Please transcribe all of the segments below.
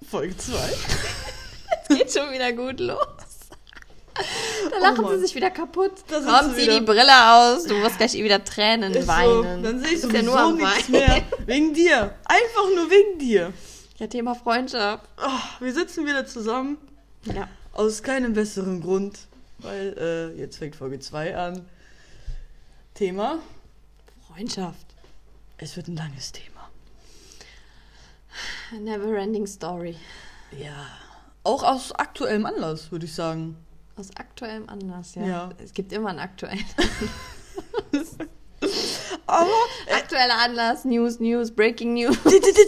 Folge 2. Geht schon wieder gut los. Da lachen sie sich wieder kaputt. Komm, zieh die Brille aus. Du musst gleich wieder Tränen weinen. Dann sehe ich Das ist ja sowieso nur am nichts Weinen. mehr. Wegen dir. Einfach nur wegen dir. Ja, Thema Freundschaft. Oh, wir sitzen wieder zusammen. Ja. Aus keinem besseren Grund. Weil jetzt fängt Folge 2 an. Thema. Freundschaft. Es wird ein langes Thema. A never-ending story. Ja. Auch aus aktuellem Anlass, würde ich sagen. Aus aktuellem Anlass, ja. Ja. Es gibt immer einen aktuellen. Aber Aktueller Anlass, News, Breaking News.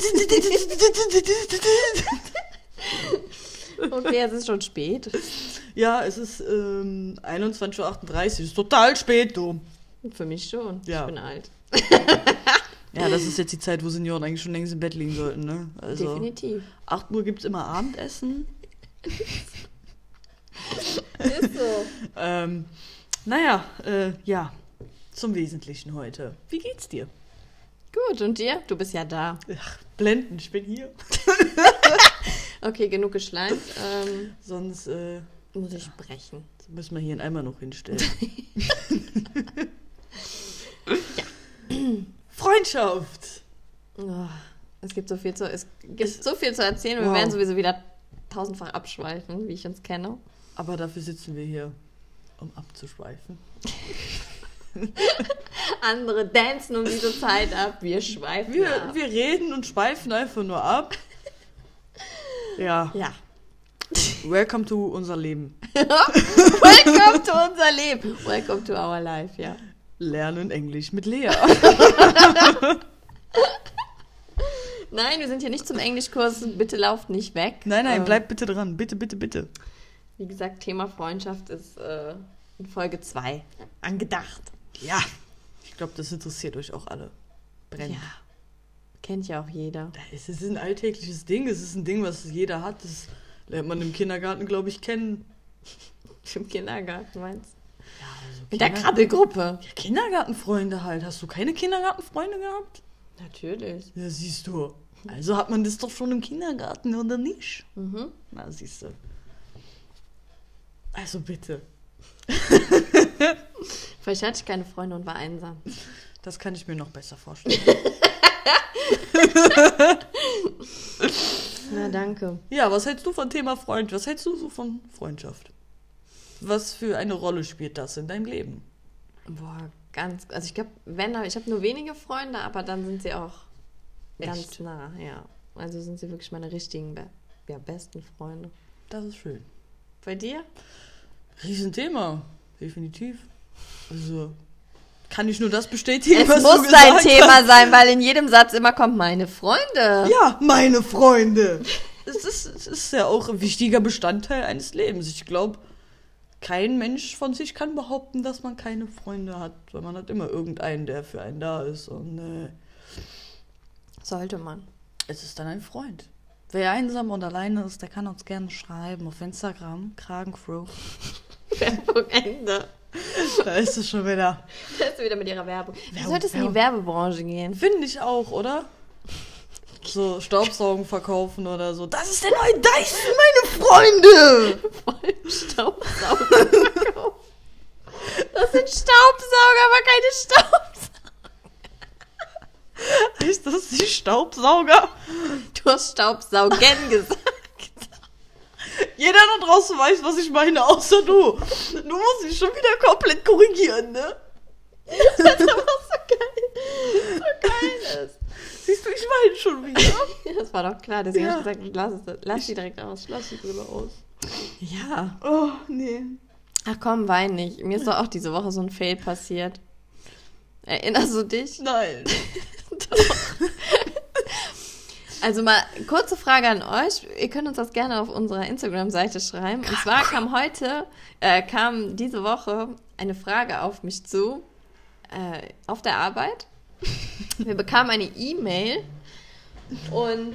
Okay, es ist schon spät. ja, es ist 21:38 Uhr. Ist total spät, du. Für mich schon. Ja. Ich bin alt. Ja, das ist jetzt die Zeit, wo Senioren eigentlich schon längst im Bett liegen sollten, ne? Also, Definitiv. 8 Uhr gibt es immer Abendessen. Ist so. Ja, zum Wesentlichen heute. Wie geht's dir? Gut, und dir? Du bist ja da. Ach, blenden, ich bin hier. Okay, genug geschleimt. Sonst Muss ich sprechen. müssen wir hier einen Eimer noch hinstellen. Freundschaft! Oh, es gibt so viel zu erzählen und wir Wow. werden sowieso wieder tausendfach abschweifen, wie ich uns kenne. Aber dafür sitzen wir hier, um abzuschweifen. Andere dancen um diese Zeit ab, wir schweifen ab. Wir reden und schweifen einfach nur ab. Ja. Ja. Welcome to unser Leben. Welcome to unser Leben. Welcome to our life, ja. Lernen Englisch mit Lea. Nein, wir sind hier nicht zum Englischkurs. Bitte lauft nicht weg. Nein, bleibt bitte dran. Bitte, bitte, bitte. Wie gesagt, Thema Freundschaft ist in Folge 2 angedacht. Ja. Ich glaube, das interessiert euch auch alle. Brennend. Ja. Kennt ja auch jeder. Es ist ein alltägliches Ding. Es ist ein Ding, was jeder hat. Das lernt man im Kindergarten, glaube ich, kennen. Im Kindergarten meinst du? Ja, also Mit der Krabbelgruppe. Ja, Kindergartenfreunde halt. Hast du keine Kindergartenfreunde gehabt? Natürlich. Ja, siehst du. Also hat man das doch schon im Kindergarten, oder nicht? Mhm. Na, siehst du. Also bitte. Vielleicht hatte ich keine Freunde und war einsam. Das kann ich mir noch besser vorstellen. Na, danke. Ja, was hältst du von Thema Freund? Was hältst du so von Freundschaft? Was für eine Rolle spielt das in deinem Leben? Boah, also ich glaube, ich habe nur wenige Freunde, aber dann sind sie auch ganz Echt? nah, ja. Also sind sie wirklich meine richtigen, besten Freunde. Das ist schön. Bei dir? Riesenthema, definitiv. Also kann ich nur das bestätigen, Es was muss du gesagt dein Thema hast. sein, weil in jedem Satz immer kommt meine Freunde. Ja, meine Freunde. Es ist ja auch ein wichtiger Bestandteil eines Lebens. Ich glaube, kein Mensch von sich kann behaupten, dass man keine Freunde hat. Weil man hat immer irgendeinen, der für einen da ist. Und Sollte man. es ist dann ein Freund. Wer einsam und alleine ist, der kann uns gerne schreiben auf Instagram, Kragencrew. Werbung Ende. Da ist es schon wieder. Da ist sie wieder mit ihrer Werbung. Du Werbung, solltest in die Werbebranche gehen. Finde ich auch, oder? So Staubsaugen verkaufen oder so. Das ist der neue Dyson, meine Freunde! Voll Staubsauger verkaufen. Das sind Staubsauger, aber keine Staubsauger. Ist das die Staubsauger? Du hast Staubsaugen gesagt. Jeder da draußen weiß, was ich meine, außer du. Du musst dich schon wieder komplett korrigieren, ne? Das ist aber so geil. So geil ist. Siehst du, ich meine schon wieder. Das war doch klar, deswegen Ja. habe ich gesagt, lass die direkt aus. Lass die Brille aus. Ja. Oh, nee. Ach komm, wein nicht. Mir ist doch auch diese Woche so ein Fail passiert. Erinnerst du dich? Nein. Doch. Also mal kurze Frage an euch. Ihr könnt uns das gerne auf unserer Instagram-Seite schreiben. Und zwar kam diese Woche eine Frage auf mich zu, auf der Arbeit. Wir bekamen eine E-Mail und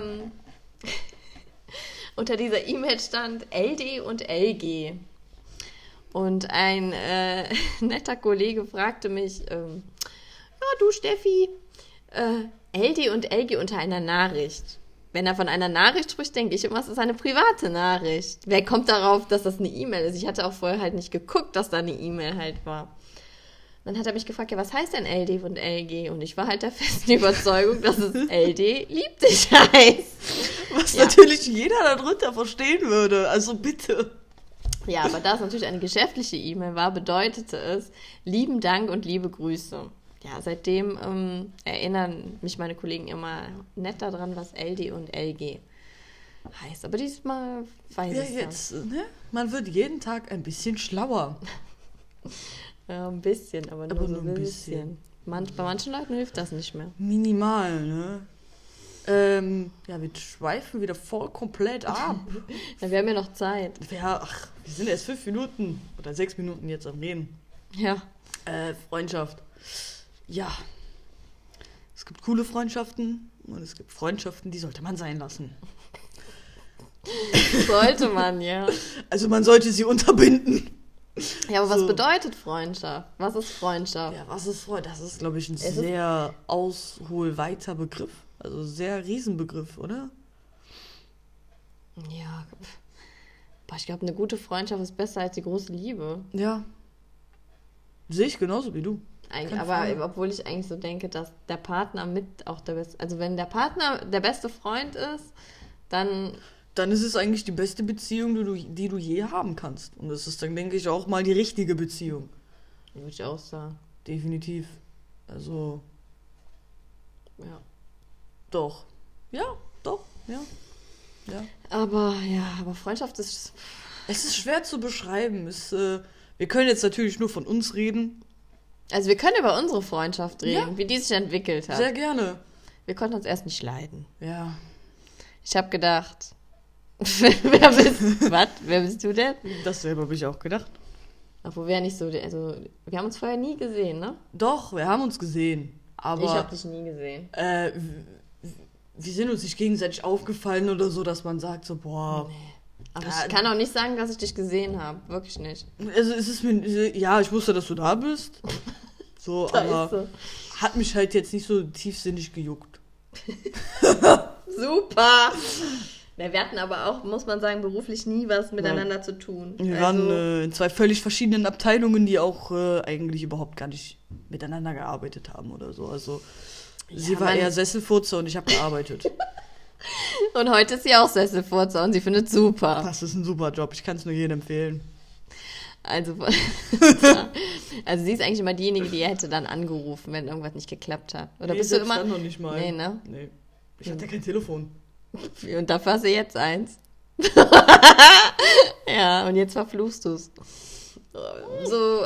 unter dieser E-Mail stand LD und LG. Und ein netter Kollege fragte mich, ja du Steffi, LD und LG unter einer Nachricht. wenn er von einer Nachricht spricht, denke ich immer, es ist eine private Nachricht. Wer kommt darauf, dass das eine E-Mail ist? Ich hatte auch vorher halt nicht geguckt, dass da eine E-Mail halt war. Dann hat er mich gefragt, ja, was heißt denn LD und LG? Und ich war halt der festen Überzeugung, dass es LD lieb dich heißt. Was natürlich jeder darunter verstehen würde. Also bitte. Ja, aber da es natürlich eine geschäftliche E-Mail war, bedeutete es lieben Dank und liebe Grüße. Ja, seitdem erinnern mich meine Kollegen immer nett daran, was LD und LG heißt. Aber diesmal weiß ich es jetzt, ne? Man wird jeden Tag ein bisschen schlauer. Ja, ein bisschen, aber nur so ein bisschen. Bei manchen Leuten hilft das nicht mehr. Minimal, ne? Ja, wir schweifen wieder voll komplett ab. Ja, wir haben ja noch Zeit. Ja, wir sind erst 5 Minuten oder 6 Minuten jetzt am Reden. Ja. Freundschaft. Ja. Es gibt coole Freundschaften und es gibt Freundschaften, die sollte man sein lassen. Sollte man, ja. Also man sollte sie unterbinden. Ja, aber was bedeutet Freundschaft? Was ist Freundschaft? Ja, was ist Freundschaft? Das ist, glaube ich, ein sehr ausholweiter Begriff. Also sehr Riesenbegriff, oder? Ja, ich glaube, eine gute Freundschaft ist besser als die große Liebe. Ja. Sehe ich genauso wie du. Aber obwohl ich eigentlich so denke, dass der Partner mit auch der beste, also wenn der Partner der beste Freund ist, dann ist es eigentlich die beste Beziehung, die du je haben kannst. Und das ist dann, denke ich, auch mal die richtige Beziehung. Würde ich auch sagen. Definitiv. Also. Ja. Doch. Ja, doch. Ja. Aber Freundschaft ist... Es ist schwer zu beschreiben. Wir können jetzt natürlich nur von uns reden. Also wir können über unsere Freundschaft reden, wie die sich entwickelt hat. Sehr gerne. Wir konnten uns erst nicht leiden. Ja. Ich habe gedacht... Wer bist du denn? Dasselbe habe ich auch gedacht. Obwohl wir ja nicht so... Also wir haben uns vorher nie gesehen, ne? Doch, wir haben uns gesehen. Aber ich habe dich nie gesehen. Wir sind uns nicht gegenseitig aufgefallen oder so, dass man sagt so, boah... Nee. Aber ich kann auch nicht sagen, dass ich dich gesehen habe. Wirklich nicht. Also es ist mir... Ja, ich wusste, dass du da bist. So, aber hat mich halt jetzt nicht so tiefsinnig gejuckt. Super! Wir hatten aber auch, muss man sagen, beruflich nie was miteinander zu tun. Wir waren in 2 völlig verschiedenen Abteilungen, die auch eigentlich überhaupt gar nicht miteinander gearbeitet haben oder so. Also sie war eher Sesselfurzer und ich habe gearbeitet. Und heute ist sie auch Sesselfurzer und sie findet super. Das ist ein super Job, ich kann es nur jedem empfehlen. Also sie ist eigentlich immer diejenige, die hätte dann angerufen, wenn irgendwas nicht geklappt hat. Oder bist du immer... Dann noch nicht mal. Nee, ne? Nee. Ich hatte kein Telefon. Und dafür hast du jetzt eins. Ja, und jetzt verfluchst du es. So.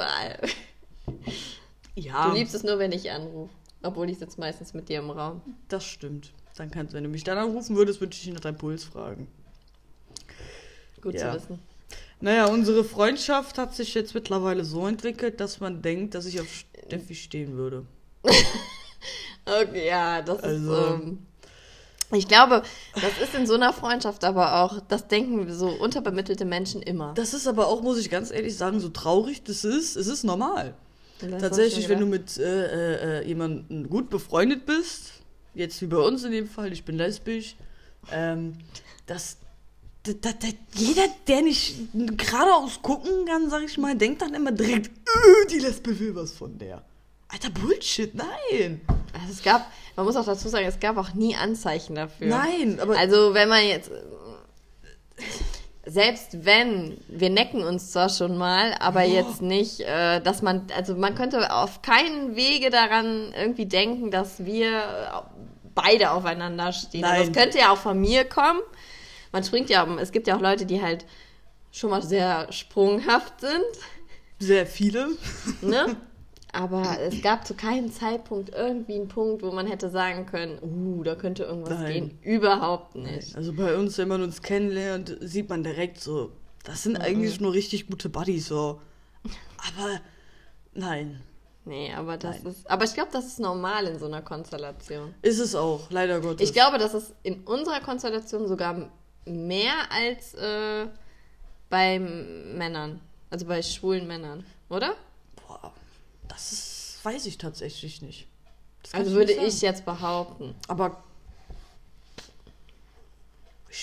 Ja. Du liebst es nur, wenn ich anrufe. Obwohl ich sitze meistens mit dir im Raum. Das stimmt. Wenn du mich dann anrufen würdest, würde ich dich nach deinem Puls fragen. Gut zu wissen. Naja, unsere Freundschaft hat sich jetzt mittlerweile so entwickelt, dass man denkt, dass ich auf Steffi stehen würde. Okay, ja, das ist... Ich glaube, das ist in so einer Freundschaft aber auch, das denken so unterbemittelte Menschen immer. Das ist aber auch, muss ich ganz ehrlich sagen, so traurig das ist, es ist normal. Tatsächlich, wenn du mit jemandem gut befreundet bist, jetzt wie bei uns in dem Fall, ich bin lesbisch, jeder, der nicht geradeaus gucken kann, sag ich mal, denkt dann immer direkt, die Lesbe will was von der. Alter, Bullshit, nein. Also man muss auch dazu sagen, es gab auch nie Anzeichen dafür. Nein, aber... Also wenn man jetzt... Selbst wenn, wir necken uns zwar schon mal, aber jetzt nicht, dass man... Also man könnte auf keinen Wege daran irgendwie denken, dass wir beide aufeinander stehen. Nein. Also das könnte ja auch von mir kommen. Es gibt ja auch Leute, die halt schon mal sehr sprunghaft sind. Sehr viele. Ne? Aber es gab zu keinem Zeitpunkt irgendwie einen Punkt, wo man hätte sagen können, da könnte irgendwas gehen. Überhaupt nicht. Also bei uns, wenn man uns kennenlernt, sieht man direkt so, das sind eigentlich nur richtig gute Buddies, so. Aber nein. Nee, aber aber ich glaube, das ist normal in so einer Konstellation. Ist es auch, leider Gottes. Ich glaube, das ist in unserer Konstellation sogar mehr als bei Männern. Also bei schwulen Männern, oder? Boah. Weiß ich tatsächlich nicht. Also würde ich jetzt behaupten. Aber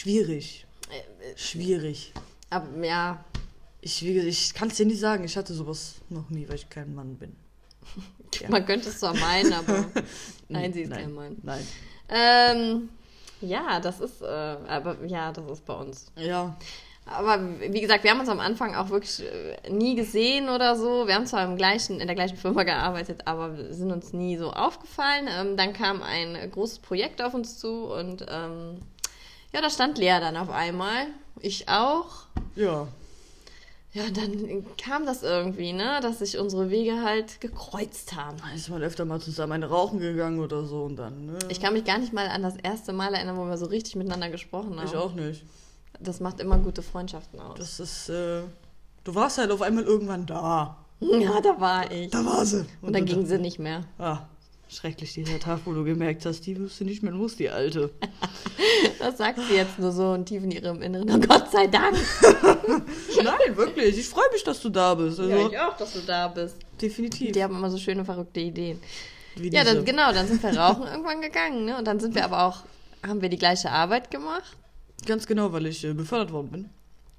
Schwierig. Schwierig. Aber ja. Ich kann es dir nicht sagen, ich hatte sowas noch nie, weil ich kein Mann bin. Ja. Man könnte es zwar meinen, aber nein, sie ist kein Mann. Nein. Ja, das ist bei uns. Ja. Aber wie gesagt, wir haben uns am Anfang auch wirklich nie gesehen oder so. Wir haben zwar in der gleichen Firma gearbeitet, aber wir sind uns nie so aufgefallen. Dann kam ein großes Projekt auf uns zu und da stand Lea dann auf einmal. Ich auch. Ja. Ja, dann kam das irgendwie, ne, dass sich unsere Wege halt gekreuzt haben. Da ist man öfter mal zusammen eine rauchen gegangen oder so und dann, ne? Ich kann mich gar nicht mal an das erste Mal erinnern, wo wir so richtig miteinander gesprochen haben. Ich auch nicht. Das macht immer gute Freundschaften aus. Das ist, du warst halt auf einmal irgendwann da. Ja, da war ich. Da war sie. Und dann ging sie nicht mehr. Ah, schrecklich dieser Tag, wo du gemerkt hast, die wusste nicht mehr los, die Alte. Das sagt sie jetzt nur so tief in ihrem Inneren. Oh Gott sei Dank. Nein, wirklich. Ich freue mich, dass du da bist. Also, Ja, ich auch, dass du da bist. Definitiv. Die haben immer so schöne, verrückte Ideen. Wie Ja, diese. dann sind wir rauchen irgendwann gegangen, ne? Und dann sind wir aber auch, haben wir die gleiche Arbeit gemacht. Ganz genau, weil ich befördert worden bin.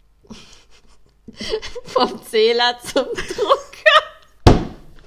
Vom Zähler zum Drucker.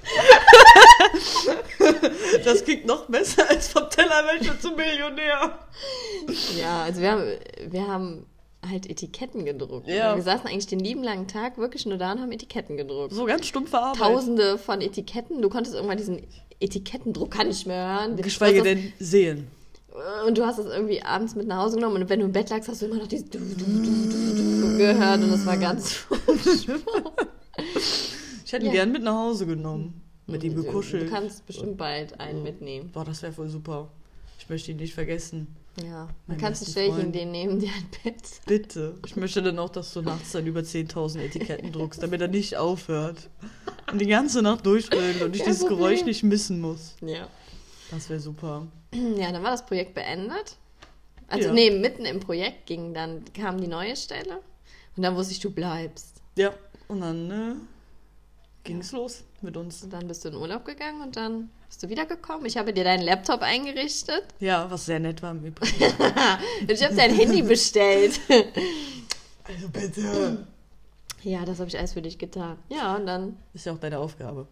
Das klingt noch besser als vom Tellerwäscher zum Millionär. Ja, also wir haben halt Etiketten gedruckt. Ja. Wir saßen eigentlich den lieben langen Tag wirklich nur da und haben Etiketten gedruckt. So ganz stumpfe Arbeit. Tausende von Etiketten. Du konntest irgendwann diesen Etikettendrucker nicht mehr hören. Geschweige denn sehen. Und du hast das irgendwie abends mit nach Hause genommen und wenn du im Bett lagst, hast du immer noch dieses gehört und das war ganz furchtbar. Ich hätte ihn gern mit nach Hause genommen. Mit ihm Du gekuschelt. kannst bestimmt bald einen mitnehmen. Boah, das wäre voll super. Ich möchte ihn nicht vergessen. Ja, Mein dann kannst du besten stell ich ihn Freund. den neben dir ein Bett. Bitte. Ich möchte dann auch, dass du nachts dann über 10.000 Etiketten druckst, damit er nicht aufhört. Und die ganze Nacht durchrüllt und ich Kein dieses Problem. Geräusch nicht missen muss. Ja. Das wäre super. Ja, dann war das Projekt beendet. Also, Ja. nee, mitten im Projekt kam die neue Stelle. Und dann wusste ich, du bleibst. Ja, und dann ging es los mit uns. Und dann bist du in Urlaub gegangen und dann bist du wiedergekommen. Ich habe dir deinen Laptop eingerichtet. Ja, was sehr nett war im Übrigen. Und ich habe dein Handy bestellt. Also bitte. Ja, das habe ich alles für dich getan. Ja, und dann... Ist ja auch deine Aufgabe.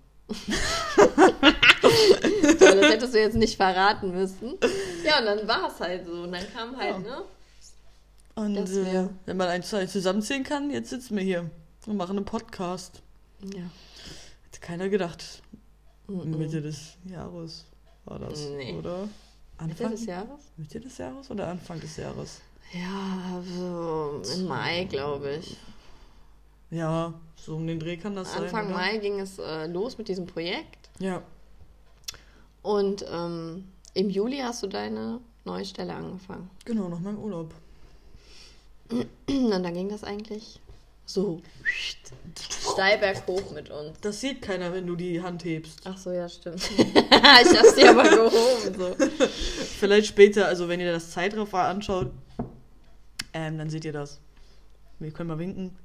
So, das hättest du jetzt nicht verraten müssen. Ja, und dann war es halt so. Und dann kam halt, ne? Und Das wär- wenn man eins zu eins zusammenziehen kann, jetzt sitzen wir hier und machen einen Podcast. Ja. Hätte keiner gedacht. Mitte des Jahres war das, Nee. oder? Mitte des Jahres? Mitte des Jahres oder Anfang des Jahres? Ja, so im Mai, glaube ich. Ja, so um den Dreh kann das sein. Anfang oder? Mai ging es los mit diesem Projekt. Ja. Und im Juli hast du deine neue Stelle angefangen. Genau, nach meinem Urlaub. Und dann ging das eigentlich so steil berghoch mit uns. Das sieht keiner, wenn du die Hand hebst. Ach so, ja, stimmt. Ich hab's dir aber gehoben. So. Vielleicht später, also wenn ihr das Zeitraffer anschaut, dann seht ihr das. Wir können mal winken.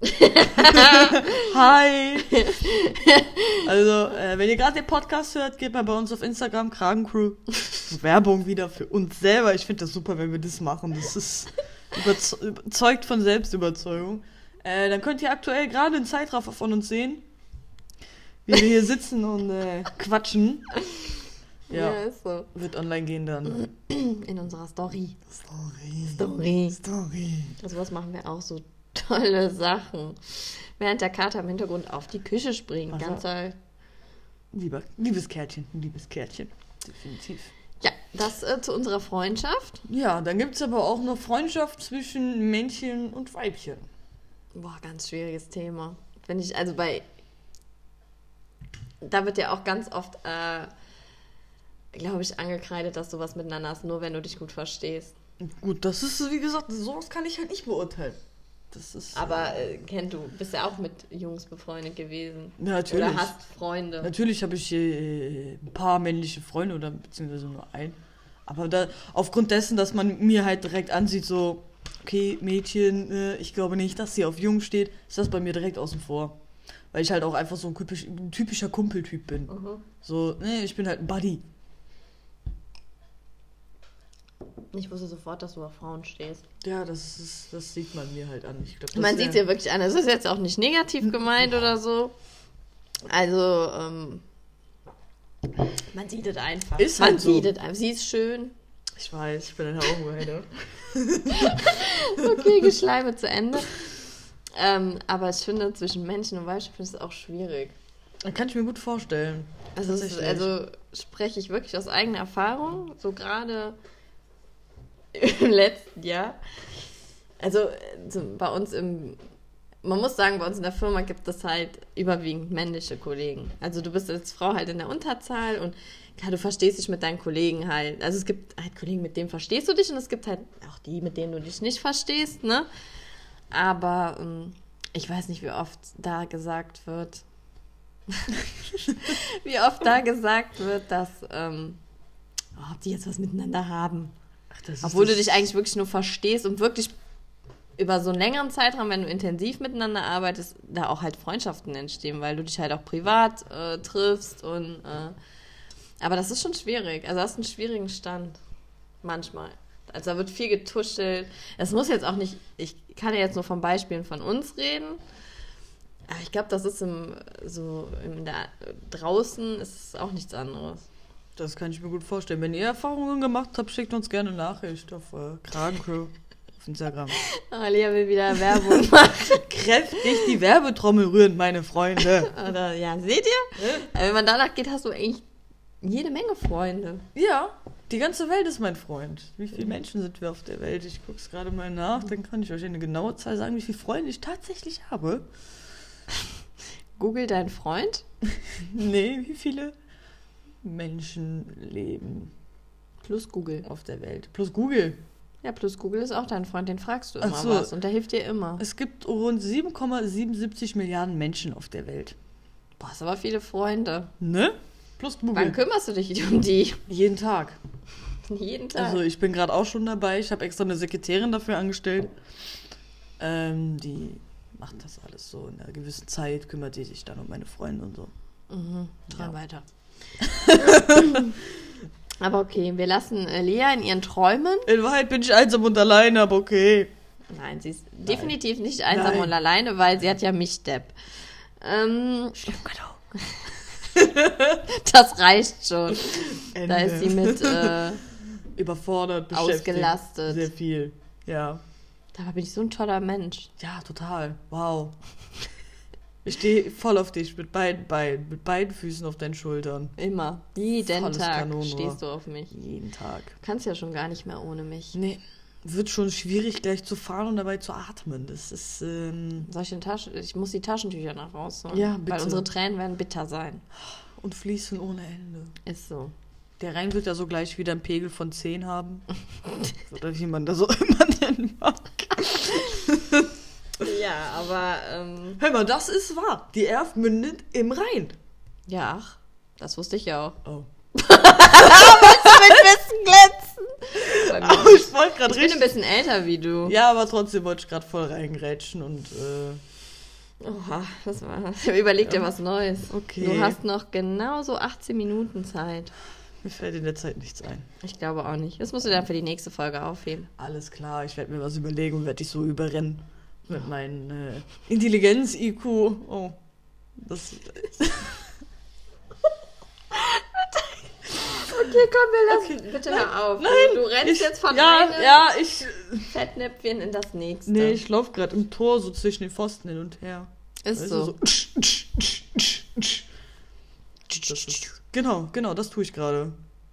Hi! Also, wenn ihr gerade den Podcast hört, geht mal bei uns auf Instagram, Kragencrew. Werbung wieder für uns selber. Ich finde das super, wenn wir das machen. Das ist überzeugt von Selbstüberzeugung. Dann könnt ihr aktuell gerade einen Zeitraffer von uns sehen, wie wir hier sitzen und quatschen. Ja, Ist so. wird online gehen dann. In unserer Story. Story. Also was machen wir auch so tolle Sachen. Während der Kater im Hintergrund auf die Küche springt. Also- Ganz toll. Liebes Kärtchen. Definitiv. Ja, das zu unserer Freundschaft. Ja, dann gibt es aber auch noch Freundschaft zwischen Männchen und Weibchen. Boah, ganz schwieriges Thema. Finde ich, also da wird ja auch ganz oft, glaube ich, angekreidet, dass du was miteinander hast, nur wenn du dich gut verstehst. Gut, das ist, wie gesagt, sowas kann ich halt nicht beurteilen. Das ist. Aber Ken, du bist ja auch mit Jungs befreundet gewesen. Ja, natürlich. Oder hast Freunde. Natürlich habe ich ein paar männliche Freunde oder beziehungsweise nur einen. Aber aufgrund dessen, dass man mir halt direkt ansieht, so, okay, Mädchen, ich glaube nicht, dass sie auf Jungen steht, ist das bei mir direkt außen vor. Weil ich halt auch einfach so ein typischer Kumpeltyp bin. Mhm. So, ich bin halt ein Buddy. Ich wusste sofort, dass du auf Frauen stehst. Ja, das sieht man mir halt an. Ich glaub, Man sieht es ja wirklich an. Das ist jetzt auch nicht negativ gemeint oder so. Also, man sieht es einfach. Ist halt so. Sieht es einfach. Sie ist schön. Ich weiß, ich bin eine Augenweide. Okay, Geschleime zu Ende. Aber ich finde, zwischen Männchen und Weibchen finde ich es auch schwierig. Kann ich mir gut vorstellen. Also spreche ich wirklich aus eigener Erfahrung, so gerade im letzten Jahr. Also bei uns man muss sagen, bei uns in der Firma gibt es halt überwiegend männliche Kollegen. Also du bist als Frau halt in der Unterzahl und klar, du verstehst dich mit deinen Kollegen halt. Also es gibt halt Kollegen, mit denen verstehst du dich und es gibt halt auch die, mit denen du dich nicht verstehst, ne? Aber ich weiß nicht, wie oft da gesagt wird, dass ob die jetzt was miteinander haben. Obwohl du dich eigentlich wirklich nur verstehst und wirklich über so einen längeren Zeitraum, wenn du intensiv miteinander arbeitest, da auch halt Freundschaften entstehen, weil du dich halt auch privat triffst und aber das ist schon schwierig. Also das ist einen schwierigen Stand. Manchmal. Also da wird viel getuschelt. Es muss jetzt auch nicht, ich kann ja jetzt nur von Beispielen von uns reden, aber ich glaube, das ist draußen ist es auch nichts anderes. Das kann ich mir gut vorstellen. Wenn ihr Erfahrungen gemacht habt, schickt uns gerne eine Nachricht auf Kragencrew auf Instagram. Lea will wieder Werbung machen. Kräftig die Werbetrommel rühren, meine Freunde. Oder, ja, seht ihr? Wenn man danach geht, hast du eigentlich jede Menge Freunde. Ja, die ganze Welt ist mein Freund. Wie viele Menschen sind wir auf der Welt? Ich gucke es gerade mal nach, dann kann ich euch eine genaue Zahl sagen, wie viele Freunde ich tatsächlich habe. Google dein Freund? Nee, wie viele Menschen leben plus Google auf der Welt. Plus Google. Ja, plus Google ist auch dein Freund, den fragst du immer so. was und der hilft dir immer. Es gibt rund 7,77 Milliarden Menschen auf der Welt. Boah, hast aber viele Freunde. Ne? Plus Google. Wann kümmerst du dich um die? Jeden Tag. Jeden Tag? Also ich bin gerade auch schon dabei. Ich habe extra eine Sekretärin dafür angestellt. Die macht das alles so in einer gewissen Zeit, kümmert die sich dann um meine Freunde und so. Träum weiter. Aber okay, wir lassen Lea in ihren Träumen. In Wahrheit bin ich einsam und alleine, aber okay. Nein, sie ist definitiv nicht einsam und alleine, weil sie hat ja mich, Depp. Das reicht schon. Ende. Da ist sie mit überfordert, beschäftigt. Ausgelastet. Sehr viel, ja. Dabei bin ich so ein toller Mensch. Ja, total. Wow. Ich stehe voll auf dich, mit beiden Beinen, mit beiden Füßen auf deinen Schultern. Immer. Jeden Volles Tag Kanonenrohr. stehst du auf mich. Jeden Tag. Du kannst ja schon gar nicht mehr ohne mich. Nee, wird schon schwierig, gleich zu fahren und dabei zu atmen. Das ist, Ich muss die Taschentücher nach rausholen. Ja, bitte. Weil unsere Tränen werden bitter sein. Und fließen ohne Ende. Ist so. Der Rhein wird ja so gleich wieder einen Pegel von 10 haben. Oder wie man das so immer nennen mag. Ja, aber Hör mal, das ist wahr. Die Erft mündet im Rhein. ja, ach, das wusste ich ja auch. Oh. Willst du mit Wissen glänzen? Aber ich wollte gerade Ich bin ein bisschen älter wie du. Ja, aber trotzdem wollte ich gerade voll reingrätschen und Oha, das war... Überleg dir was Neues. Okay. Du hast noch genauso 18 Minuten Zeit. mir fällt in der Zeit nichts ein. Ich glaube auch nicht. Das musst du dann für die nächste Folge aufheben. Alles klar, ich werde mir was überlegen und werde dich so überrennen. Mit meinen Intelligenz-IQ. Oh, das... Okay, komm, wir lassen. Bitte hör auf. Nein, du rennst jetzt von ich... Fettnäpfchen in das nächste. Nee, ich laufe gerade im Tor so zwischen den Pfosten hin und her. Ist Weißt so. Genau, das tue ich gerade.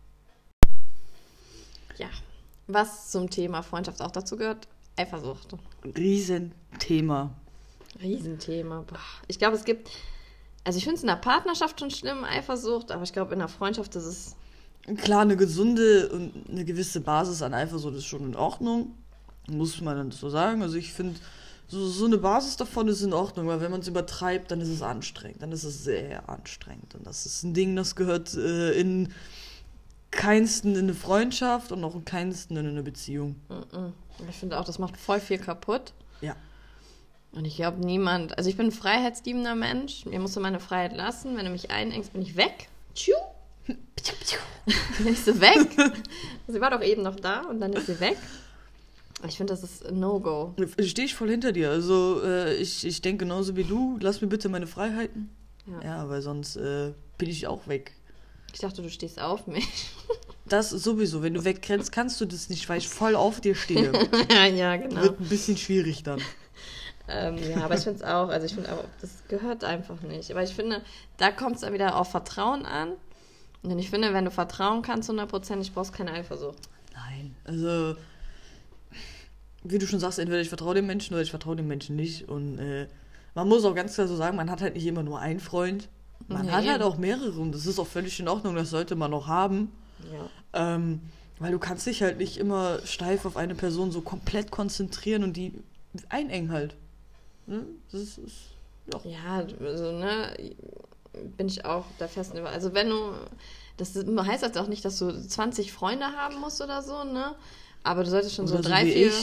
Ja. Was zum Thema Freundschaft auch dazu gehört? Eifersucht. Riesenthema. Riesenthema. Boah. Ich glaube, es gibt... Also ich finde es in der Partnerschaft schon schlimm, Eifersucht, aber ich glaube, in der Freundschaft ist es... Klar, eine gesunde und eine gewisse Basis an Eifersucht ist schon in Ordnung. Muss man dann so sagen. Also ich finde, so eine Basis davon ist in Ordnung, weil wenn man es übertreibt, dann ist es anstrengend. Dann ist es sehr anstrengend. Und das ist ein Ding, das gehört in keinsten in eine Freundschaft und auch in keinsten in eine Beziehung. Ich finde auch, das macht voll viel kaputt. Ja. Und ich glaube, niemand... Also ich bin ein freiheitsliebender Mensch. Mir musst du meine Freiheit lassen. Wenn du mich einengst, bin ich weg. Tschu. Dann ist sie weg. Sie war doch eben noch da und dann ist sie weg. Ich finde, das ist ein No-Go. Stehe ich voll hinter dir. Also ich denke genauso wie du. Lass mir bitte meine Freiheiten. Ja, weil sonst bin ich auch weg. Ich dachte, du stehst auf mich. Das ist sowieso. Wenn du wegrennst, kannst du das nicht, weil ich voll auf dir stehe. Ja, genau. Wird ein bisschen schwierig dann. Ja, aber ich finde es auch. Also ich finde auch, das gehört einfach nicht. Aber ich finde, da kommt es dann wieder auf Vertrauen an. Und ich finde, wenn du vertrauen kannst 100%, brauchst keine Eifersucht. Nein, also wie du schon sagst, entweder ich vertraue dem Menschen oder ich vertraue dem Menschen nicht. Und man muss auch ganz klar so sagen, man hat halt nicht immer nur einen Freund. Man hat halt auch mehrere und das ist auch völlig in Ordnung, das sollte man auch haben. Ja. Weil du kannst dich halt nicht immer steif auf eine Person so komplett konzentrieren und die einengen halt. Ne? Das ist ja, also, ne, bin ich auch der festen Überzeugung. Also wenn du, das heißt jetzt auch nicht, dass du 20 Freunde haben musst oder so, ne? Aber du solltest schon oder so 3, 4...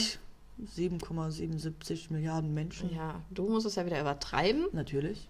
7,77 Milliarden Menschen. Ja, du musst es ja wieder übertreiben. Natürlich.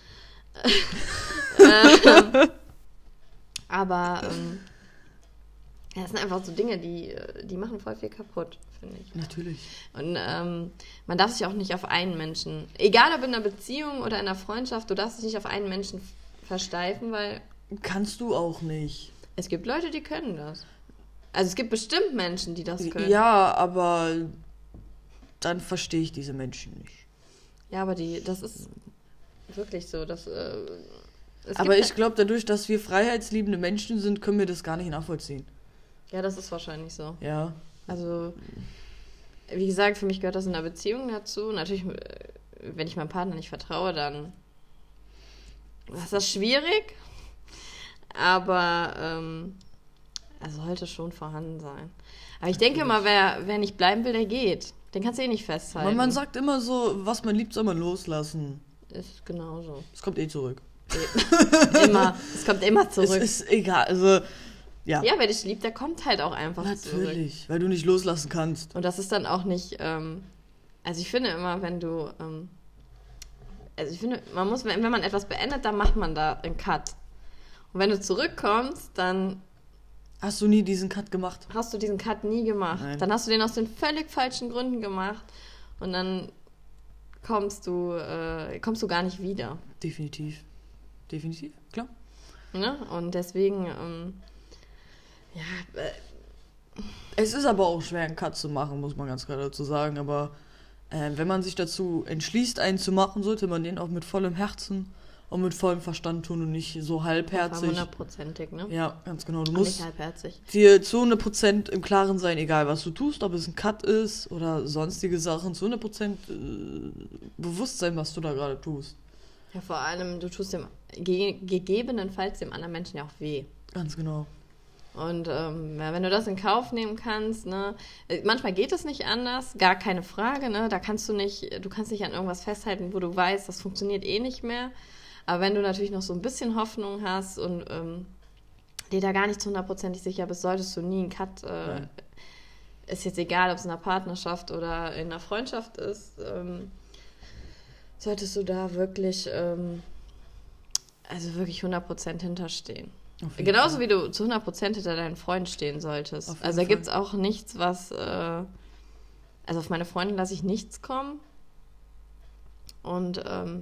Aber ja, das sind einfach so Dinge, die machen voll viel kaputt, finde ich. Natürlich. Und man darf sich auch nicht auf einen Menschen, egal ob in einer Beziehung oder in einer Freundschaft, du darfst dich nicht auf einen Menschen versteifen, weil... Kannst du auch nicht. Es gibt Leute, die können das. Also es gibt bestimmt Menschen, die das können. Ja, aber dann verstehe ich diese Menschen nicht. Ja, aber das ist wirklich so, dass... aber ich glaube, dadurch, dass wir freiheitsliebende Menschen sind, können wir das gar nicht nachvollziehen. Ja, das ist wahrscheinlich so. Ja. Also, wie gesagt, für mich gehört das in einer Beziehung dazu. Natürlich, wenn ich meinem Partner nicht vertraue, dann ist das schwierig. Aber er sollte schon vorhanden sein. Aber ich denke immer, wer nicht bleiben will, der geht. Den kannst du eh nicht festhalten. Aber man sagt immer so, was man liebt, soll man loslassen. Ist genauso. Es kommt eh zurück. Immer. Es kommt immer zurück. Es ist egal, also... Ja, wer dich liebt, der kommt halt auch einfach zurück. Natürlich, weil du nicht loslassen kannst. Und das ist dann auch nicht, also ich finde immer, wenn du, also ich finde, man muss, wenn man etwas beendet, dann macht man da einen Cut. Und wenn du zurückkommst, dann... Hast du nie diesen Cut gemacht? Hast du diesen Cut nie gemacht. Nein. Dann hast du den aus den völlig falschen Gründen gemacht und dann kommst du gar nicht wieder. Definitiv, klar. Ne? Und deswegen... es ist aber auch schwer, einen Cut zu machen, muss man ganz klar dazu sagen. Aber wenn man sich dazu entschließt, einen zu machen, sollte man den auch mit vollem Herzen und mit vollem Verstand tun und nicht so halbherzig. 100%ig, ne? Ja, ganz genau. Du auch musst nicht halbherzig. dir zu 100% im Klaren sein, egal was du tust, ob es ein Cut ist oder sonstige Sachen, zu 100% bewusst sein, was du da gerade tust. Ja, vor allem, du tust dem gegebenenfalls dem anderen Menschen ja auch weh. Ganz genau. Und wenn du das in Kauf nehmen kannst, ne, manchmal geht es nicht anders, gar keine Frage, ne, du kannst nicht an irgendwas festhalten, wo du weißt, das funktioniert eh nicht mehr. Aber wenn du natürlich noch so ein bisschen Hoffnung hast und dir da gar nicht zu 100% sicher bist, solltest du nie einen Cut, ist jetzt egal, ob es in einer Partnerschaft oder in einer Freundschaft ist, solltest du da wirklich, also wirklich 100% hinterstehen. Genauso wie du zu 100% hinter deinen Freunden stehen solltest. Also da gibt es auch nichts, was... also auf meine Freundin lasse ich nichts kommen. Und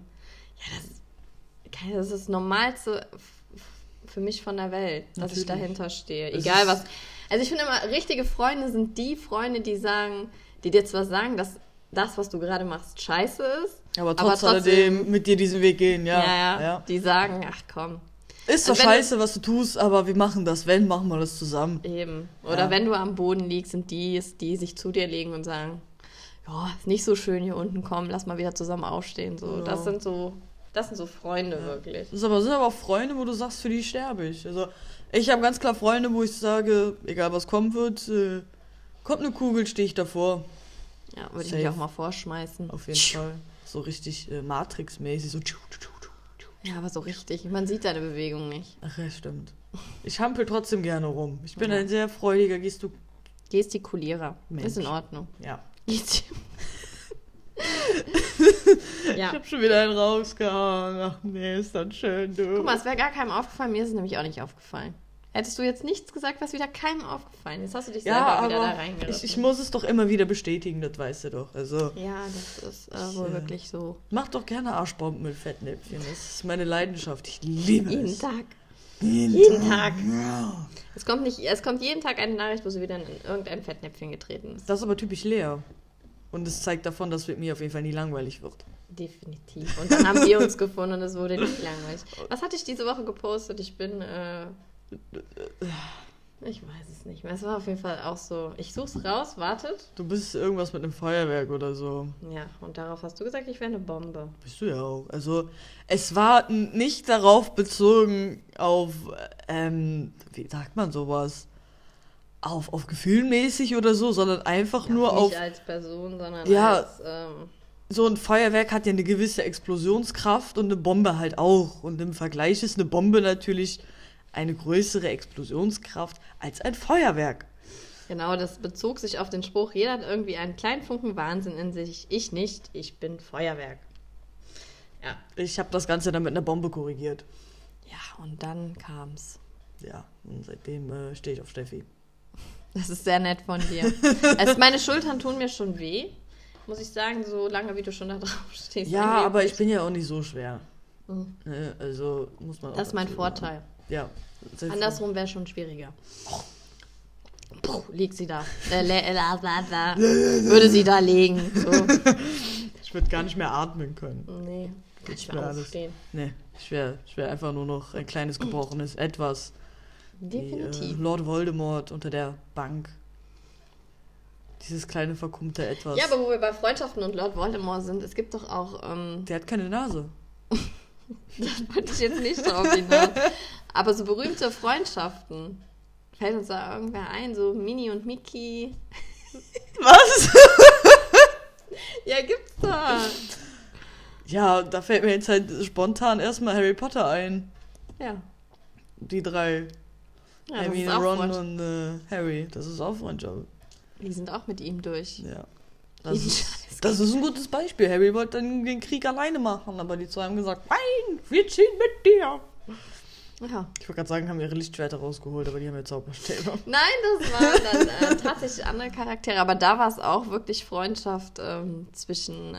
das ist das Normalste für mich von der Welt, dass ich dahinter stehe. Egal was... Also ich finde immer, richtige Freunde sind die Freunde, die dir zwar sagen, dass das, was du gerade machst, scheiße ist. Aber trotzdem mit dir diesen Weg gehen, ja. Die sagen, ach komm. Ist doch scheiße, was du tust, aber wir machen das. Wenn, machen wir das zusammen. Eben. Oder wenn du am Boden liegst, sind die sich zu dir legen und sagen, ja, ist nicht so schön hier unten, komm, lass mal wieder zusammen aufstehen. So, ja. Das sind so Freunde, wirklich. Das sind aber auch Freunde, wo du sagst, für die sterbe ich. Also ich habe ganz klar Freunde, wo ich sage, egal was kommen wird, kommt eine Kugel, stehe ich davor. Ja, würde ich mich auch mal vorschmeißen. Auf jeden Fall. So richtig Matrix-mäßig, so ja, aber so richtig. Man sieht deine Bewegung nicht. Ach ja, stimmt. Ich hampel trotzdem gerne rum. Ich bin ein sehr freudiger Gestikulierer. Mensch. Ist in Ordnung. Ja. Ich hab schon wieder einen rausgehauen. Ach nee, ist dann schön, du. Guck mal, es wäre gar keinem aufgefallen. Mir ist es nämlich auch nicht aufgefallen. Hättest du jetzt nichts gesagt, was wieder keinem aufgefallen ist. Hast du dich Ja, selber wieder aber da reingerissen. ich muss es doch immer wieder bestätigen, das weißt du doch. Also, Ja, das ist wohl wirklich so. mach doch gerne Arschbomben mit Fettnäpfchen. Das ist meine Leidenschaft. Ich liebe Jeden es. Tag. Jeden Tag. Ja. Es kommt jeden Tag eine Nachricht, wo sie wieder in irgendein Fettnäpfchen getreten ist. Das ist aber typisch Lea. Und es zeigt davon, dass mit mir auf jeden Fall nie langweilig wird. Definitiv. Und dann haben wir uns gefunden und es wurde nicht langweilig. Was hatte ich diese Woche gepostet? Ich weiß es nicht mehr. Es war auf jeden Fall auch so. Ich such's raus, wartet. Du bist irgendwas mit einem Feuerwerk oder so. Ja, und darauf hast du gesagt, ich wäre eine Bombe. Bist du ja auch. Also, es war nicht darauf bezogen auf, wie sagt man sowas? Auf gefühlmäßig oder so, sondern einfach Ja, nur nicht auf. als Person, sondern Ja. als. So ein Feuerwerk hat ja eine gewisse Explosionskraft und eine Bombe halt auch. Und im Vergleich ist eine Bombe natürlich eine größere Explosionskraft als ein Feuerwerk. Genau, das bezog sich auf den Spruch, jeder hat irgendwie einen kleinen Funken Wahnsinn in sich. Ich nicht, ich bin Feuerwerk. Ja. Ich habe das Ganze dann mit einer Bombe korrigiert. Ja, und dann kam's. Ja, und seitdem stehe ich auf Steffi. Das ist sehr nett von dir. Also meine Schultern tun mir schon weh, muss ich sagen, so lange wie du schon da drauf stehst. Ja, Irgendwie- aber ich bin ja auch nicht so schwer. Mhm. Also muss man auch Das ist mein dazu Vorteil. sagen. Ja. sehr froh. Andersrum wäre schon schwieriger. Puh, liegt sie da. Würde sie da liegen. So. Ich würde gar nicht mehr atmen können. Nee, kann ich mir mal alles. aufstehen. Nee, ich wäre einfach nur noch ein kleines gebrochenes Etwas. Definitiv. Wie, Lord Voldemort unter der Bank. Dieses kleine verkummte Etwas. Ja, aber wo wir bei Freundschaften und Lord Voldemort sind, es gibt doch auch, Der hat keine Nase. da wollte ich jetzt nicht drauf hinaus, aber so berühmte Freundschaften, fällt uns da irgendwer ein, so Minnie und Mickey. Was? Ja, gibt's da. Ja, da fällt mir jetzt halt spontan erstmal Harry Potter ein. Ja, Die drei. ja das ist Hermine, auch Ron Freundschaft. und Harry. Das ist auch Freundschaft. Die sind auch mit ihm durch. Ja. Jeden Das ist ein gutes Beispiel. Harry wollte dann den Krieg alleine machen, aber die zwei haben gesagt, nein, wir ziehen mit dir. Ja. Ich wollte gerade sagen, haben ihre Lichtschwerter rausgeholt, aber die haben ja Zauberstäbe. Nein, das waren dann tatsächlich andere Charaktere, aber da war es auch wirklich Freundschaft zwischen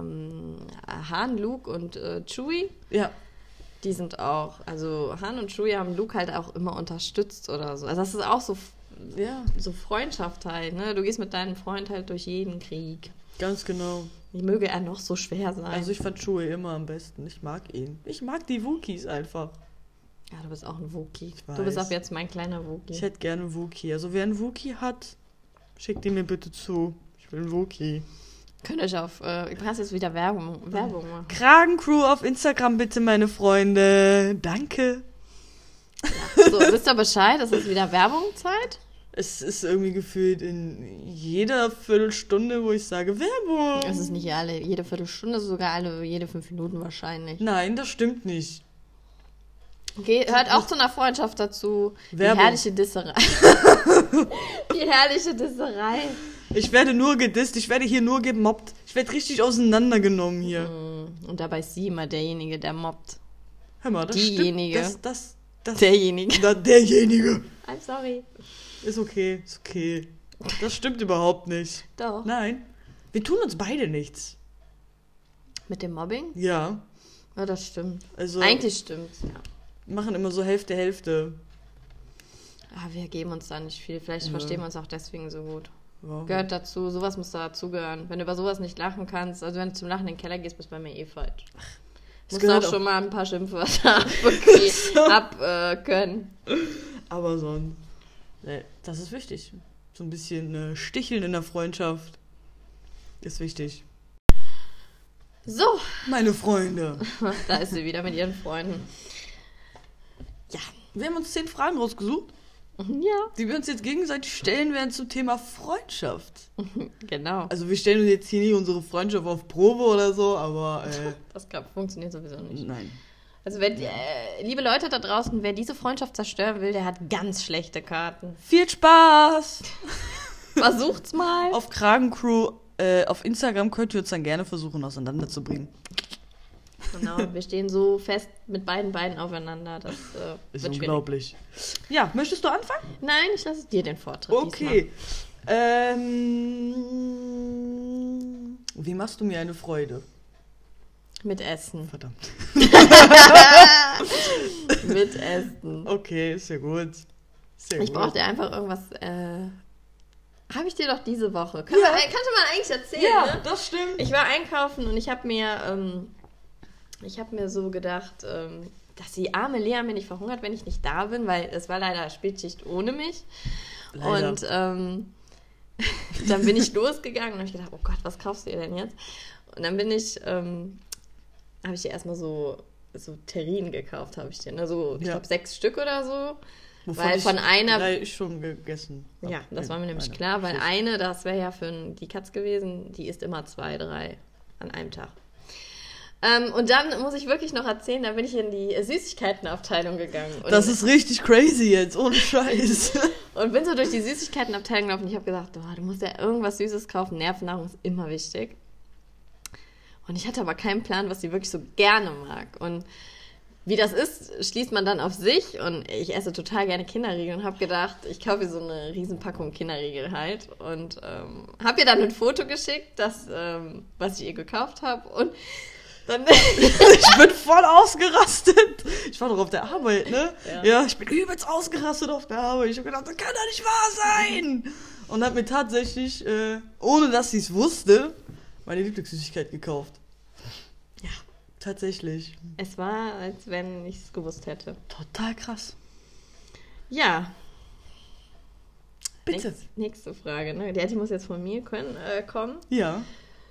Han, Luke und Chewie. Ja. Die sind auch, also Han und Chewie haben Luke halt auch immer unterstützt oder so. Also das ist auch so, Ja, so Freundschaft halt, ne? Du gehst mit deinem Freund halt durch jeden Krieg. ganz genau. Wie möge er noch so schwer sein? Also ich fand Chewie immer am besten. Ich mag ihn. Ich mag die Wookiees einfach. ja, du bist auch ein Wookie. Ich Du bist weiß. ab jetzt mein kleiner Wookie. Ich hätte gerne einen Wookie. Also wer einen Wookie hat, schickt ihn mir bitte zu. Ich will einen Wookie. Könnt euch auf, ich kann jetzt wieder Werbung machen. Kragencrew auf Instagram bitte, meine Freunde. Danke. Ja. So, wisst ihr Bescheid? Es ist wieder Werbungzeit. Es ist irgendwie gefühlt in jeder Viertelstunde, wo ich sage, Werbung. Es ist nicht jede Viertelstunde, sogar jede 5 Minuten wahrscheinlich. Nein, das stimmt nicht. Okay, hört auch zu einer Freundschaft dazu. Werbung. Die herrliche Disserei. Die herrliche Disserei. Ich werde nur gedisst, ich werde hier nur gemobbt. Ich werde richtig auseinandergenommen hier. Und dabei ist sie immer derjenige, der mobbt. Hör mal, das Diejenige. stimmt. Das, Derjenige. derjenige. I'm sorry. Ist okay. Das stimmt überhaupt nicht. Doch. Nein. Wir tun uns beide nichts. Mit dem Mobbing? Ja. Ja, das stimmt. Also Eigentlich stimmt's, ja. machen immer so Hälfte, Hälfte. Ah, wir geben uns da nicht viel. Vielleicht verstehen wir uns auch deswegen so gut. Wow. Gehört dazu, sowas muss dazugehören. Wenn du über sowas nicht lachen kannst, also wenn du zum Lachen in den Keller gehst, bist du bei mir eh falsch. Musst gehört auch auch- schon mal ein paar Schimpfwörter können. Aber sonst. Nee, das ist wichtig. So ein bisschen Sticheln in der Freundschaft ist wichtig. So, Meine Freunde. da ist sie wieder mit ihren Freunden. Ja, wir haben uns 10 Fragen rausgesucht, Ja, die wir uns jetzt gegenseitig stellen werden zum Thema Freundschaft. genau. Also wir stellen uns jetzt hier nicht unsere Freundschaft auf Probe oder so, aber Das funktioniert sowieso nicht. nein. Also, liebe Leute da draußen, wer diese Freundschaft zerstören will, der hat ganz schlechte Karten. Viel Spaß! Versucht's mal. Auf Kragencrew auf Instagram könnt ihr uns dann gerne versuchen auseinanderzubringen. Genau, wir stehen so fest mit beiden Beinen aufeinander. Das Ist wird unglaublich. Ja, möchtest du anfangen? Nein, ich lasse dir den Vortritt Okay. Wie machst du mir eine Freude? Mit Essen. Verdammt. Mit Essen. Okay, ist ja gut. Ich brauchte einfach irgendwas. Habe ich dir doch diese Woche. Kannte man eigentlich erzählen, Ja, ne? das stimmt. Ich war einkaufen und ich habe mir so gedacht, dass die arme Lea mir nicht verhungert, wenn ich nicht da bin, weil es war leider Spätschicht ohne mich. Leider. Und dann bin ich losgegangen und habe gedacht, oh Gott, was kaufst du ihr denn jetzt? Und dann habe ich dir erstmal so Terrinen gekauft, habe ich dir. Ne? So, ich glaube 6 Stück oder so. Wovon weil von einer... 3 schon gegessen. Ja, das war mir nämlich klar, weil eine, das wäre ja für die Katz gewesen, die isst immer 2, 3 an einem Tag. Und dann muss ich wirklich noch erzählen, da bin ich in die Süßigkeitenabteilung gegangen. Und das ist richtig crazy jetzt, ohne Scheiß. Und bin so durch die Süßigkeitenabteilung gelaufen und ich habe gesagt, oh, du musst ja irgendwas Süßes kaufen, Nervennahrung ist immer wichtig. Und ich hatte aber keinen Plan, was sie wirklich so gerne mag. Und wie das ist, schließt man dann auf sich und ich esse total gerne Kinderriegel und habe gedacht, ich kaufe ihr so eine Riesenpackung Kinderriegel halt und habe ihr dann ein Foto geschickt, was ich ihr gekauft habe und dann... Ich bin voll ausgerastet. Ich war doch auf der Arbeit, ne? Ja, ich bin übelst ausgerastet auf der Arbeit. Ich habe gedacht, das kann doch nicht wahr sein. Und habe mir tatsächlich, ohne dass sie es wusste, meine Lieblingssüßigkeit gekauft. Ja, tatsächlich. Es war, als wenn ich es gewusst hätte. Total krass. Ja. Bitte. Nächste Frage, ne? Die muss jetzt von mir kommen. Ja.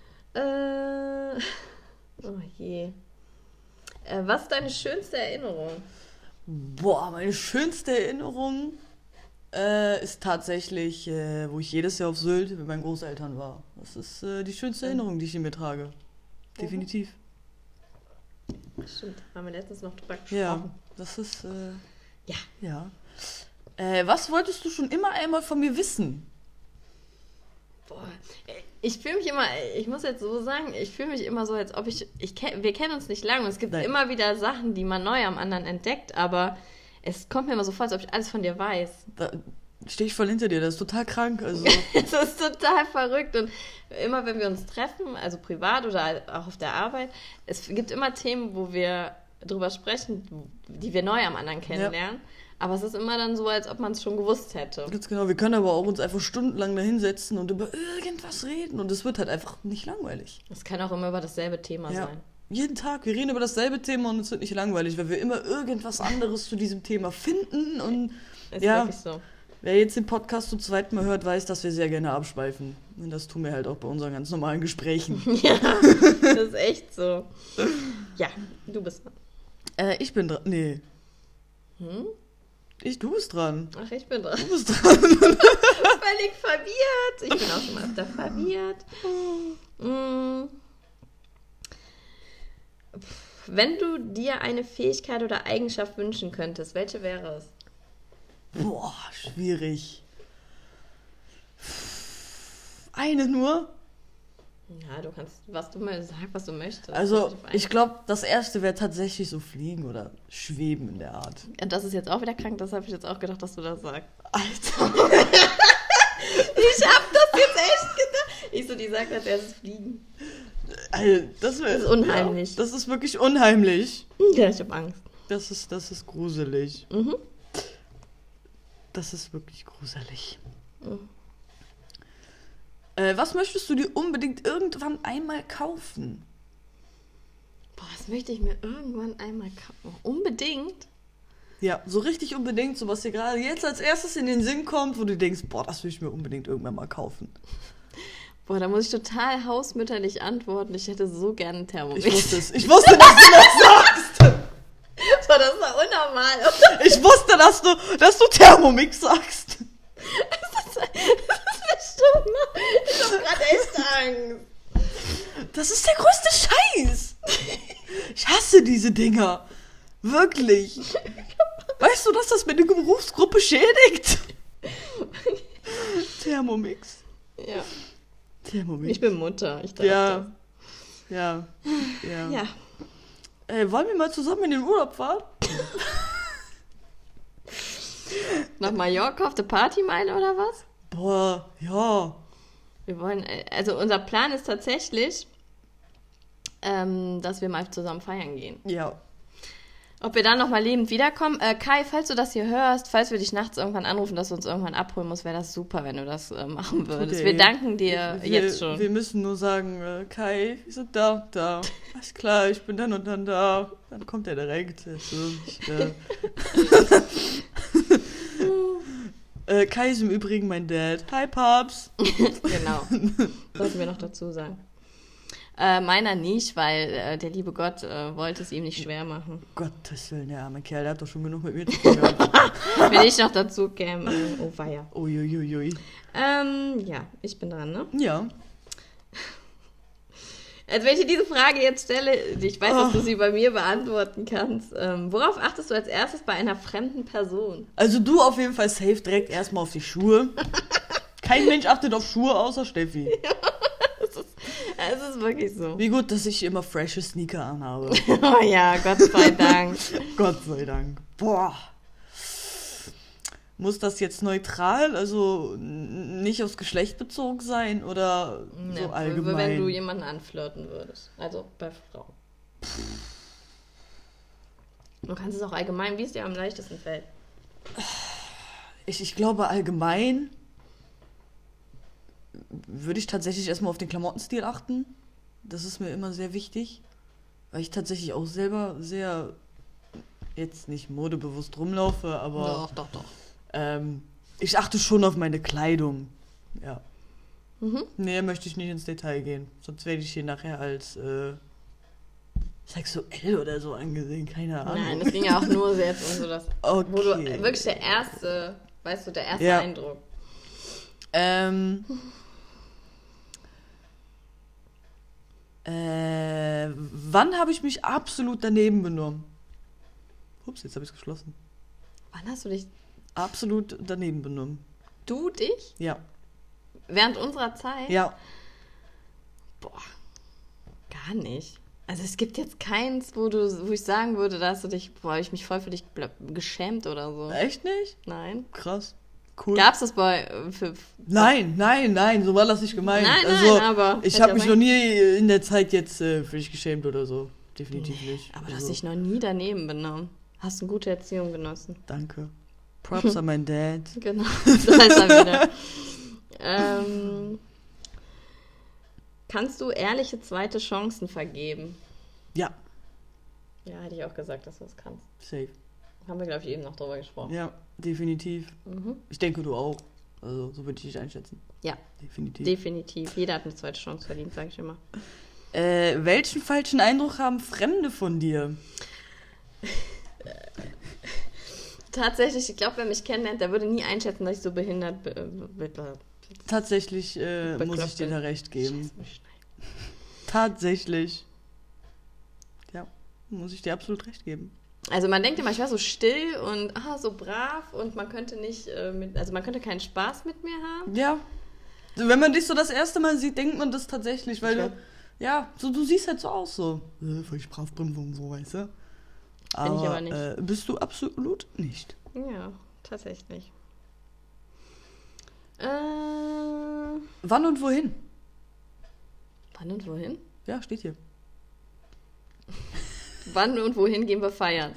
Oh je. Was ist deine schönste Erinnerung? Boah, meine schönste Erinnerung ist tatsächlich, wo ich jedes Jahr auf Sylt mit meinen Großeltern war. Das ist die schönste Erinnerung, die ich in mir trage. Definitiv. Stimmt, haben wir letztens noch drüber gesprochen. Ja, das ist... Ja. Was wolltest du schon immer einmal von mir wissen? Boah, ich fühle mich immer, ich muss jetzt so sagen, ich fühle mich immer so, als ob wir kennen uns nicht lange und es gibt immer wieder Sachen, die man neu am anderen entdeckt, aber es kommt mir immer so vor, als ob ich alles von dir weiß. Da stehe ich voll hinter dir, das ist total krank. Also. Es ist total verrückt und immer wenn wir uns treffen, also privat oder auch auf der Arbeit, es gibt immer Themen, wo wir drüber sprechen, die wir neu am anderen kennenlernen. Ja. Aber es ist immer dann so, als ob man es schon gewusst hätte. Ganz genau, wir können aber auch uns einfach stundenlang da hinsetzen und über irgendwas reden und es wird halt einfach nicht langweilig. Es kann auch immer über dasselbe Thema sein. Jeden Tag, wir reden über dasselbe Thema und es wird nicht langweilig, weil wir immer irgendwas anderes zu diesem Thema finden und ist wirklich so. Wer jetzt den Podcast zum zweiten Mal hört, weiß, dass wir sehr gerne abschweifen. Und das tun wir halt auch bei unseren ganz normalen Gesprächen. Ja, das ist echt so. Ja, du bist dran. Ich bin dran. Nee. Du bist dran. Ach, ich bin dran. Du bist dran. Völlig verwirrt. Ich bin auch schon mal öfter verwirrt. Wenn du dir eine Fähigkeit oder Eigenschaft wünschen könntest, welche wäre es? Boah, schwierig. Eine nur? Ja, du kannst, sag, was du möchtest. Also, ich glaube, das erste wäre tatsächlich so fliegen oder schweben in der Art. Und das ist jetzt auch wieder krank, das habe ich jetzt auch gedacht, dass du das sagst. Alter. Ich hab das jetzt echt gedacht. Die sagt als erstes fliegen. Also, das ist unheimlich. Ja, das ist wirklich unheimlich. Ja, ich habe Angst. Das ist gruselig. Mhm. Das ist wirklich gruselig. Was möchtest du dir unbedingt irgendwann einmal kaufen? Boah, was möchte ich mir irgendwann einmal kaufen? Unbedingt? Ja, so richtig unbedingt, so was dir gerade jetzt als erstes in den Sinn kommt, wo du denkst, boah, das will ich mir unbedingt irgendwann mal kaufen. Boah, da muss ich total hausmütterlich antworten. Ich hätte so gerne einen Thermomix. Ich wusste es. Ich wusste, dass du das sagst. Boah, das war unnormal, oder? Ich wusste, dass du Thermomix sagst. Das ist bestimmt. Ich hab gerade echt Angst. Das ist der größte Scheiß. Ich hasse diese Dinger. Wirklich. Weißt du, dass das meine Berufsgruppe schädigt? Thermomix. Ja. Thermomix. Ich bin Mutter. Ich darf das. Ja. Ja. wollen wir mal zusammen in den Urlaub fahren? Nach Mallorca auf der Partymeile oder was? Boah, ja. Wir wollen, also unser Plan ist tatsächlich, dass wir mal zusammen feiern gehen. Ja. Ob wir dann nochmal lebend wiederkommen? Kai, falls du das hier hörst, falls wir dich nachts irgendwann anrufen, dass du uns irgendwann abholen musst, wäre das super, wenn du das machen würdest. Wir danken dir jetzt schon. Wir müssen nur sagen, Kai, wir sind da. Alles klar, ich bin dann und dann da. Dann kommt er direkt. Kai ist im Übrigen mein Dad. Hi, Paps. Genau. Sollten wir noch dazu sagen. Meiner nicht, weil der liebe Gott wollte es ihm nicht schwer machen. Gottes Willen, der arme Kerl, der hat doch schon genug mit mir zu tun gehabt. Wenn ich noch dazu käme, oh weia. Uiuiui. Ja, ich bin dran, ne? Ja. Also wenn ich dir diese Frage jetzt stelle, ich weiß, dass du sie bei mir beantworten kannst. Worauf achtest du als erstes bei einer fremden Person? Also du auf jeden Fall safe direkt erstmal auf die Schuhe. Kein Mensch achtet auf Schuhe außer Steffi. Es ist wirklich so. Wie gut, dass ich immer frische Sneaker anhabe. Oh ja, Gott sei Dank. Gott sei Dank. Boah. Muss das jetzt neutral, also nicht aufs Geschlecht bezogen sein oder so allgemein? Wenn du jemanden anflirten würdest. Also bei Frauen. Du kannst es auch allgemein, wie es dir am leichtesten fällt. Ich glaube allgemein würde ich tatsächlich erstmal auf den Klamottenstil achten. Das ist mir immer sehr wichtig, weil ich tatsächlich auch selber sehr, jetzt nicht modebewusst rumlaufe, aber Doch. ich achte schon auf meine Kleidung. Ja. Mhm. Nee, möchte ich nicht ins Detail gehen. Sonst werde ich hier nachher als sexuell oder so angesehen. Keine Ahnung. Nein, das ging ja auch nur so jetzt um so das, okay. wo du wirklich der erste Eindruck. Wann habe ich mich absolut daneben benommen? Ups, jetzt habe ich es geschlossen. Wann hast du dich... Absolut daneben benommen. Du dich? Ja. Während unserer Zeit? Ja. Boah, gar nicht. Also es gibt jetzt keins, wo ich sagen würde, dass ich mich voll für dich geschämt oder so. Echt nicht? Nein. Krass. Cool. Gab's das bei... Nein, so war das nicht gemeint. Nein, aber... Ich habe mich noch nie in der Zeit jetzt für dich geschämt oder so. Definitiv nicht. Aber du hast dich noch nie daneben benommen. Hast eine gute Erziehung genossen. Danke. Props an meinen Dad. Genau, so heißt er wieder. Kannst du ehrliche zweite Chancen vergeben? Ja. Ja, hätte ich auch gesagt, dass du das kannst. Safe. Haben wir, glaube ich, eben noch drüber gesprochen. Ja, definitiv. Mhm. Ich denke, du auch. Also, so würde ich dich einschätzen. Ja. Definitiv. Definitiv. Jeder hat eine zweite Chance verdient, sage ich immer. Welchen falschen Eindruck haben Fremde von dir? Tatsächlich, ich glaube, wer mich kennenlernt, der würde nie einschätzen, dass ich so behindert bin. Tatsächlich muss ich dir da recht geben. Tatsächlich. Ja, muss ich dir absolut recht geben. Also man denkt immer, ich war so still und so brav und man könnte nicht man könnte keinen Spaß mit mir haben. Ja. Wenn man dich so das erste Mal sieht, denkt man das tatsächlich, weil du siehst halt so aus, so. Weil ich brav bin und so, weißt du? Bin ich aber nicht. Bist du absolut nicht. Ja, tatsächlich. Wann und wohin? Wann und wohin? Ja, steht hier. Wann und wohin gehen wir feiern?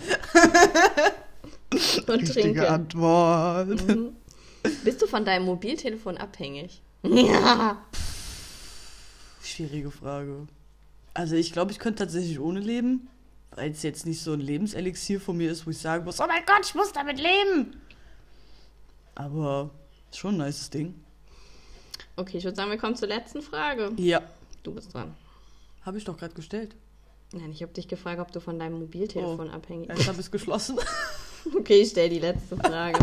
Und Richtige trinken. Antwort. Mhm. Bist du von deinem Mobiltelefon abhängig? Ja. Schwierige Frage. Also ich glaube, ich könnte tatsächlich ohne leben, weil es jetzt nicht so ein Lebenselixier von mir ist, wo ich sagen muss, oh mein Gott, ich muss damit leben. Aber ist schon ein nices Ding. Okay, ich würde sagen, wir kommen zur letzten Frage. Ja. Du bist dran. Habe ich doch gerade gestellt. Nein, ich habe dich gefragt, ob du von deinem Mobiltelefon abhängig bist. Jetzt habe ich es geschlossen. Okay, ich stelle die letzte Frage.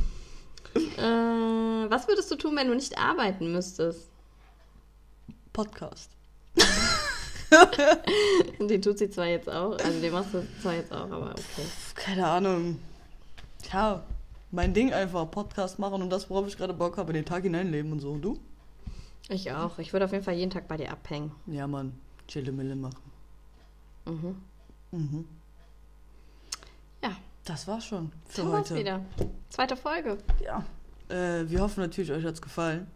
Was würdest du tun, wenn du nicht arbeiten müsstest? Podcast. Den tut sie zwar jetzt auch, also den machst du zwar jetzt auch, aber okay. Keine Ahnung. Tja, mein Ding einfach, Podcast machen und das, worauf ich gerade Bock habe, in den Tag hineinleben und so. Und du? Ich auch. Ich würde auf jeden Fall jeden Tag bei dir abhängen. Ja, Mann. Chille Mille machen. Mhm. Ja, Das war's schon für so war's heute. wieder. 2. Folge. Ja. Wir hoffen natürlich, euch hat's gefallen.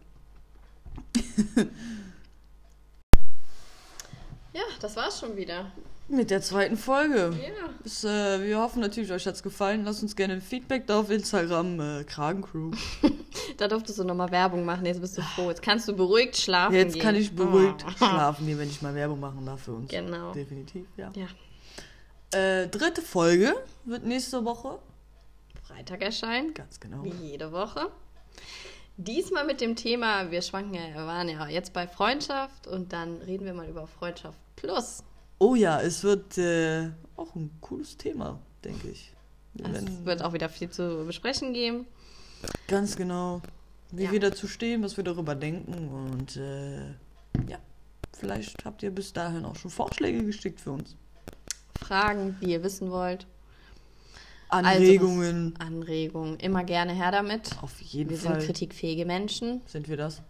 Ja, das war's schon wieder. Mit der 2. Folge. Ja. Wir hoffen natürlich, euch hat's gefallen. Lasst uns gerne ein Feedback da auf Instagram, Kragencrew. Da durftest du nochmal Werbung machen, jetzt bist du froh. Jetzt kannst du beruhigt schlafen Jetzt gehen. kann ich beruhigt schlafen gehen, wenn ich mal Werbung machen darf für uns. Genau. Definitiv, ja. Ja. 3. Folge wird nächste Woche. Freitag erscheinen, Ganz genau. wie jede Woche. Diesmal mit dem Thema, wir waren ja jetzt bei Freundschaft und dann reden wir mal über Freundschaft plus. Oh ja, es wird auch ein cooles Thema, denke ich. Es wird auch wieder viel zu besprechen geben. Ganz genau. Wie Ja. wir dazu stehen, was wir darüber denken. Und ja, vielleicht habt ihr bis dahin auch schon Vorschläge geschickt für uns. Fragen, die ihr wissen wollt. Anregungen. Also, Anregungen. Immer gerne her damit. Auf jeden Wir Fall. sind kritikfähige Menschen. Sind wir das?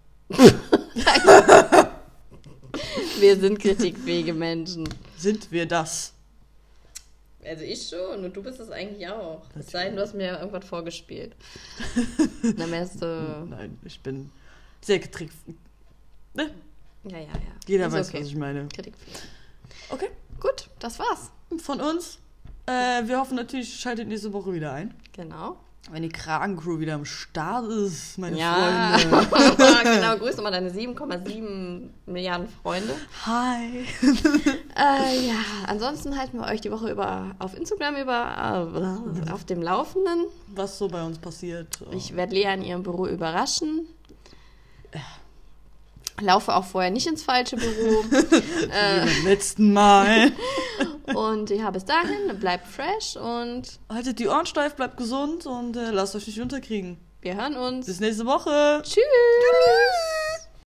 Wir sind kritikfähige Menschen. Sind wir das? Also ich schon und du bist es eigentlich auch. Natürlich. Es sei denn, du hast mir irgendwas vorgespielt. Dann wärst du... Nein, ich bin sehr getrickt. Ne? Ja. Jeder Ist weiß, okay. was ich meine. Kritikfähig. Okay, Gut, das war's. von uns. Wir hoffen natürlich, schaltet nächste Woche wieder ein. Genau. Wenn die Kragencrew wieder am Start ist, meine Ja, Freunde. genau. Grüße mal deine 7,7 Milliarden Freunde. Hi. Ja, ansonsten halten wir euch die Woche über auf Instagram auf dem Laufenden. Was so bei uns passiert. Ich werde Lea in ihrem Büro überraschen. Laufe auch vorher nicht ins falsche Büro. Wie beim letzten Mal. Und ja, bis dahin, bleibt fresh und Haltet die Ohren steif, bleibt gesund und lasst euch nicht unterkriegen. wir hören uns. Bis nächste Woche. Tschüss.